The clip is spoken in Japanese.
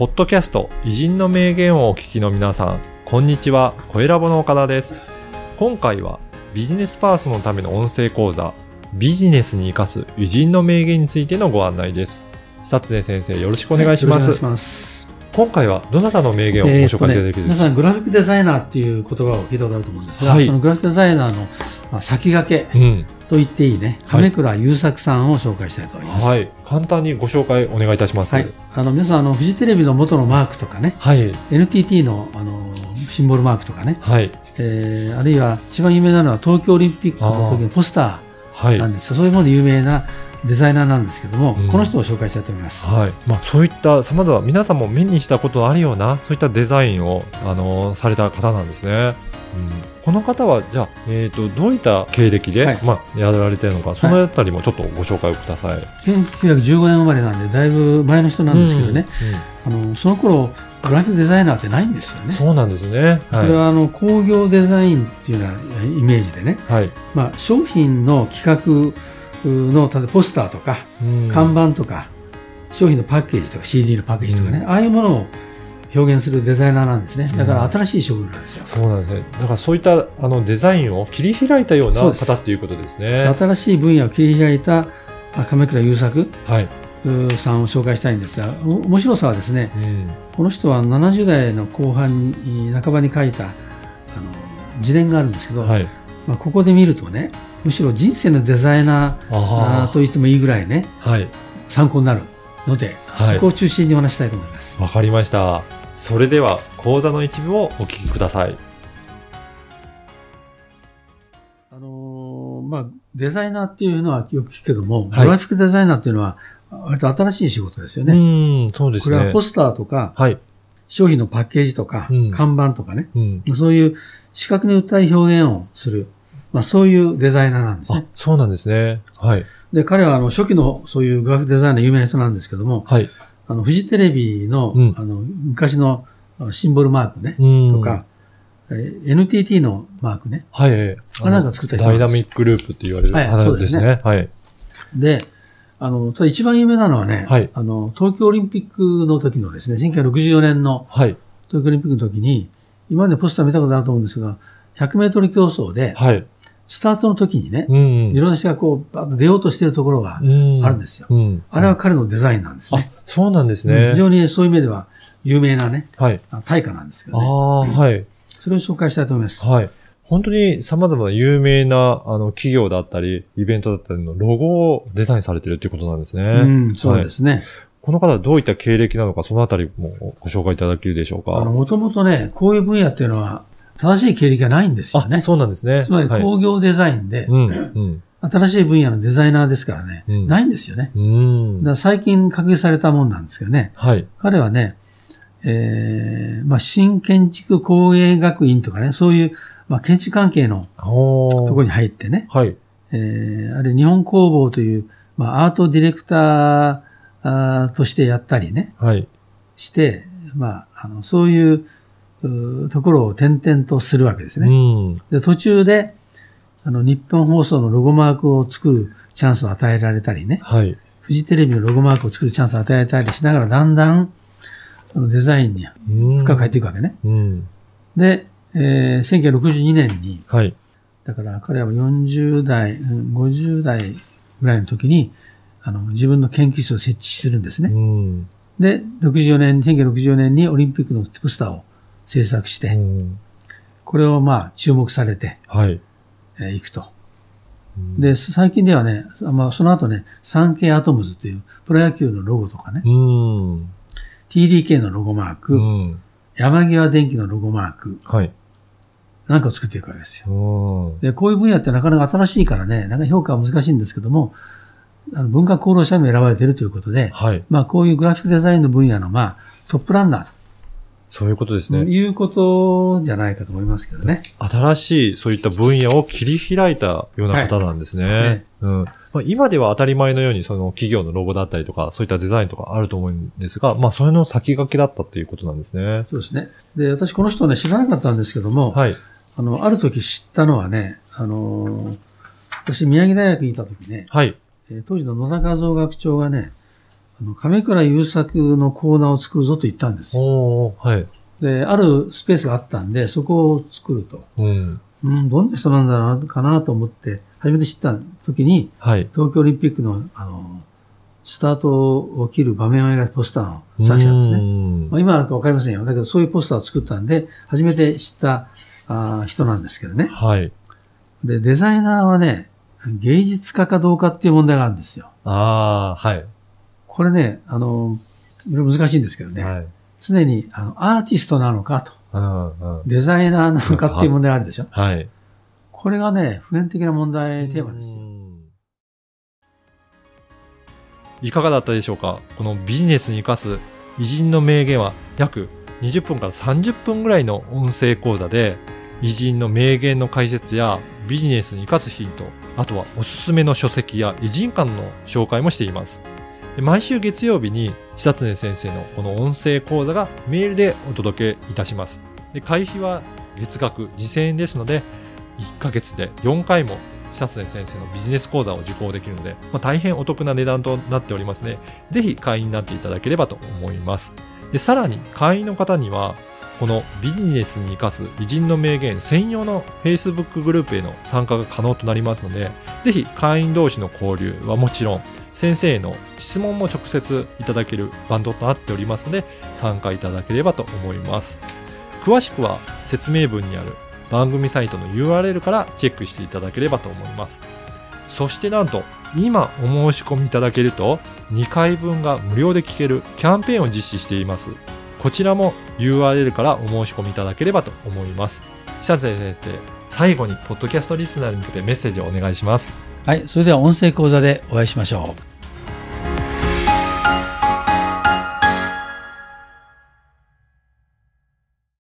ポッドキャスト偉人の名言をお聞きの皆さん、こんにちは。声ラボの岡田です。今回はビジネスパーソンのための音声講座、ビジネスに生かす偉人の名言についてのご案内です。久常先生、よろしくお願いします。 よろしくお願いします。 今回はどなたの名言をご紹介いただけるでしょうか。 皆さんグラフィックデザイナーっていう言葉を聞いたことあると思うんですが、そのグラフィックデザイナーの先駆けと言っていいね、亀倉優作さんを紹介したいと思います。 簡単にご紹介お願いいたします。 皆さんフジテレビの元のマークとかね、NTT のシンボルマークとかね、あるいは一番有名なのは東京オリンピックの時のポスターなんですよ。そういうもので有名なデザイナーなんですけども、この人を紹介したいと思います。 そういった様々皆さんも目にしたことあるようなそういったデザインをされた方なんですね。この方はじゃあ、どういった経歴で、やられているのか、そのあたりもちょっとご紹介をください。 1915年生まれなんでだいぶ前の人なんですけどね、その頃グラフィックデザイナーってないんですよね。 そうなんですね。 これは工業デザインっていうようなイメージでね、商品の企画の例えばポスターとか、看板とか商品のパッケージとか CD のパッケージとかね、ああいうものを表現するデザイナーなんですね。だから新しい職業なんですよ。 そうなんですね。だからそういったデザインを切り開いたような方っていうことですね。 新しい分野を切り開いた亀倉優作さんを紹介したいんですが、面白さはですね、この人は70代の後半に半ばに書いた自伝があるんですけど、ここで見るとね、むしろ人生のデザイナーと言ってもいいぐらいね、参考になるので、そこを中心にお話したいと思います。 わかりました。それでは講座の一部をお聞きください。 デザイナーっていうのはよく聞くけども、グラフィックデザイナーっていうのは割と新しい仕事ですよね。 そうですね。 これはポスターとか、商品のパッケージとか、看板とかね、そういう視覚に訴える表現をする、そういうデザイナーなんですね。 そうなんですね。 で、彼は初期のそういうグラフィックデザイナー有名な人なんですけども、フジテレビの、昔のシンボルマークね、とか、NTT のマークね。なんか作った人ダイナミックループって言われる花ですね。 で、一番有名なのはね、東京オリンピックの時のですね、1964年の東京オリンピックの時に、今までポスター見たことあると思うんですが、100メートル競争で、スタートの時にね、いろんな人がこう、出ようとしているところがあるんですよ。あれは彼のデザインなんですね。 そうなんですね。 非常にそういう意味では有名なね、大家なんですけどね。それを紹介したいと思います。 本当に様々な有名な企業だったり、イベントだったりのロゴをデザインされているということなんですね。 そうですね。 この方はどういった経歴なのか、そのあたりもご紹介いただけるでしょうか。 もともとね、こういう分野っていうのは、正しい経歴がないんですよね。 そうなんですね。 つまり工業デザインで、新しい分野のデザイナーですからね、ないんですよね。だから最近確立されたもんなんですけどね、彼はね、新建築工芸学院とかね、そういう、建築関係のところに入ってね、あれ日本工房という、アートディレクターとしてやったりね、して、そういうところを転々とするわけですね。で、途中で、日本放送のロゴマークを作るチャンスを与えられたりね、フジテレビのロゴマークを作るチャンスを与えたりしながら、だんだんデザインに深く入っていくわけね。で、1962年に、だから彼は40代、50代ぐらいの時に、自分の研究室を設置するんですね。で、1964年にオリンピックのポスターを制作して、これを注目されて、いくと。で、最近ではね、その後ね、3K アトムズというプロ野球のロゴとかね、TDK のロゴマーク、山際電機のロゴマーク、なんかを作っていくわけですよ。で、こういう分野ってなかなか新しいからね、なかなか評価は難しいんですけども、文化功労者にも選ばれているということで、こういうグラフィックデザインの分野のトップランナーと。 そういうことですね。 いうことじゃないかと思いますけどね。 新しいそういった分野を切り開いたような方なんですね。今では当たり前のようにその企業のロゴだったりとか、そういったデザインとかあると思うんですが、それの先駆けだったということなんですね。 そうですね。で、私この人ね、知らなかったんですけども、ある時知ったのはね、私宮城大学にいた時ね、当時の野田和夫学長がね、 亀倉優作のコーナーを作るぞと言ったんですよ。 はい。 で、あるスペースがあったんで、そこを作ると。どんな人なんだろうかなと思って、初めて知った時に、はい、東京オリンピックの、スタートを切る場面を描いたポスターの作者ですね。今なんかわかりませんよ。だけど、そういうポスターを作ったんで、初めて知った人なんですけどね。はい。で、デザイナーはね、芸術家かどうかっていう問題があるんですよ。はい。これね、いろいろ難しいんですけどね。はい、常に、アーティストなのかと。デザイナーなのかっていう問題があるでしょ。はい。これがね、普遍的な問題テーマですよ。 いかがだったでしょうか？このビジネスに生かす偉人の名言は約20分から30分ぐらいの音声講座で、偉人の名言の解説やビジネスに生かすヒント、あとはおすすめの書籍や偉人館の紹介もしています。で、毎週月曜日に久常先生のこの音声講座がメールでお届けいたします。で、会費は月額2000円ですので、1ヶ月で4回も久常先生のビジネス講座を受講できるので、大変お得な値段となっておりますので、ぜひ会員になっていただければと思います。で、さらに会員の方には、このビジネスに生かす偉人の名言専用の Facebook グループへの参加が可能となりますので、ぜひ会員同士の交流はもちろん、先生への質問も直接いただけるバンドとなっておりますので、参加いただければと思います。詳しくは説明文にある番組サイトの URL からチェックしていただければと思います。そしてなんと、今お申し込みいただけると、2回分が無料で聞けるキャンペーンを実施しています。こちらも URL からお申し込みいただければと思います。久常先生、最後にポッドキャストリスナーに向けてメッセージをお願いします。 はい、それでは音声講座でお会いしましょう。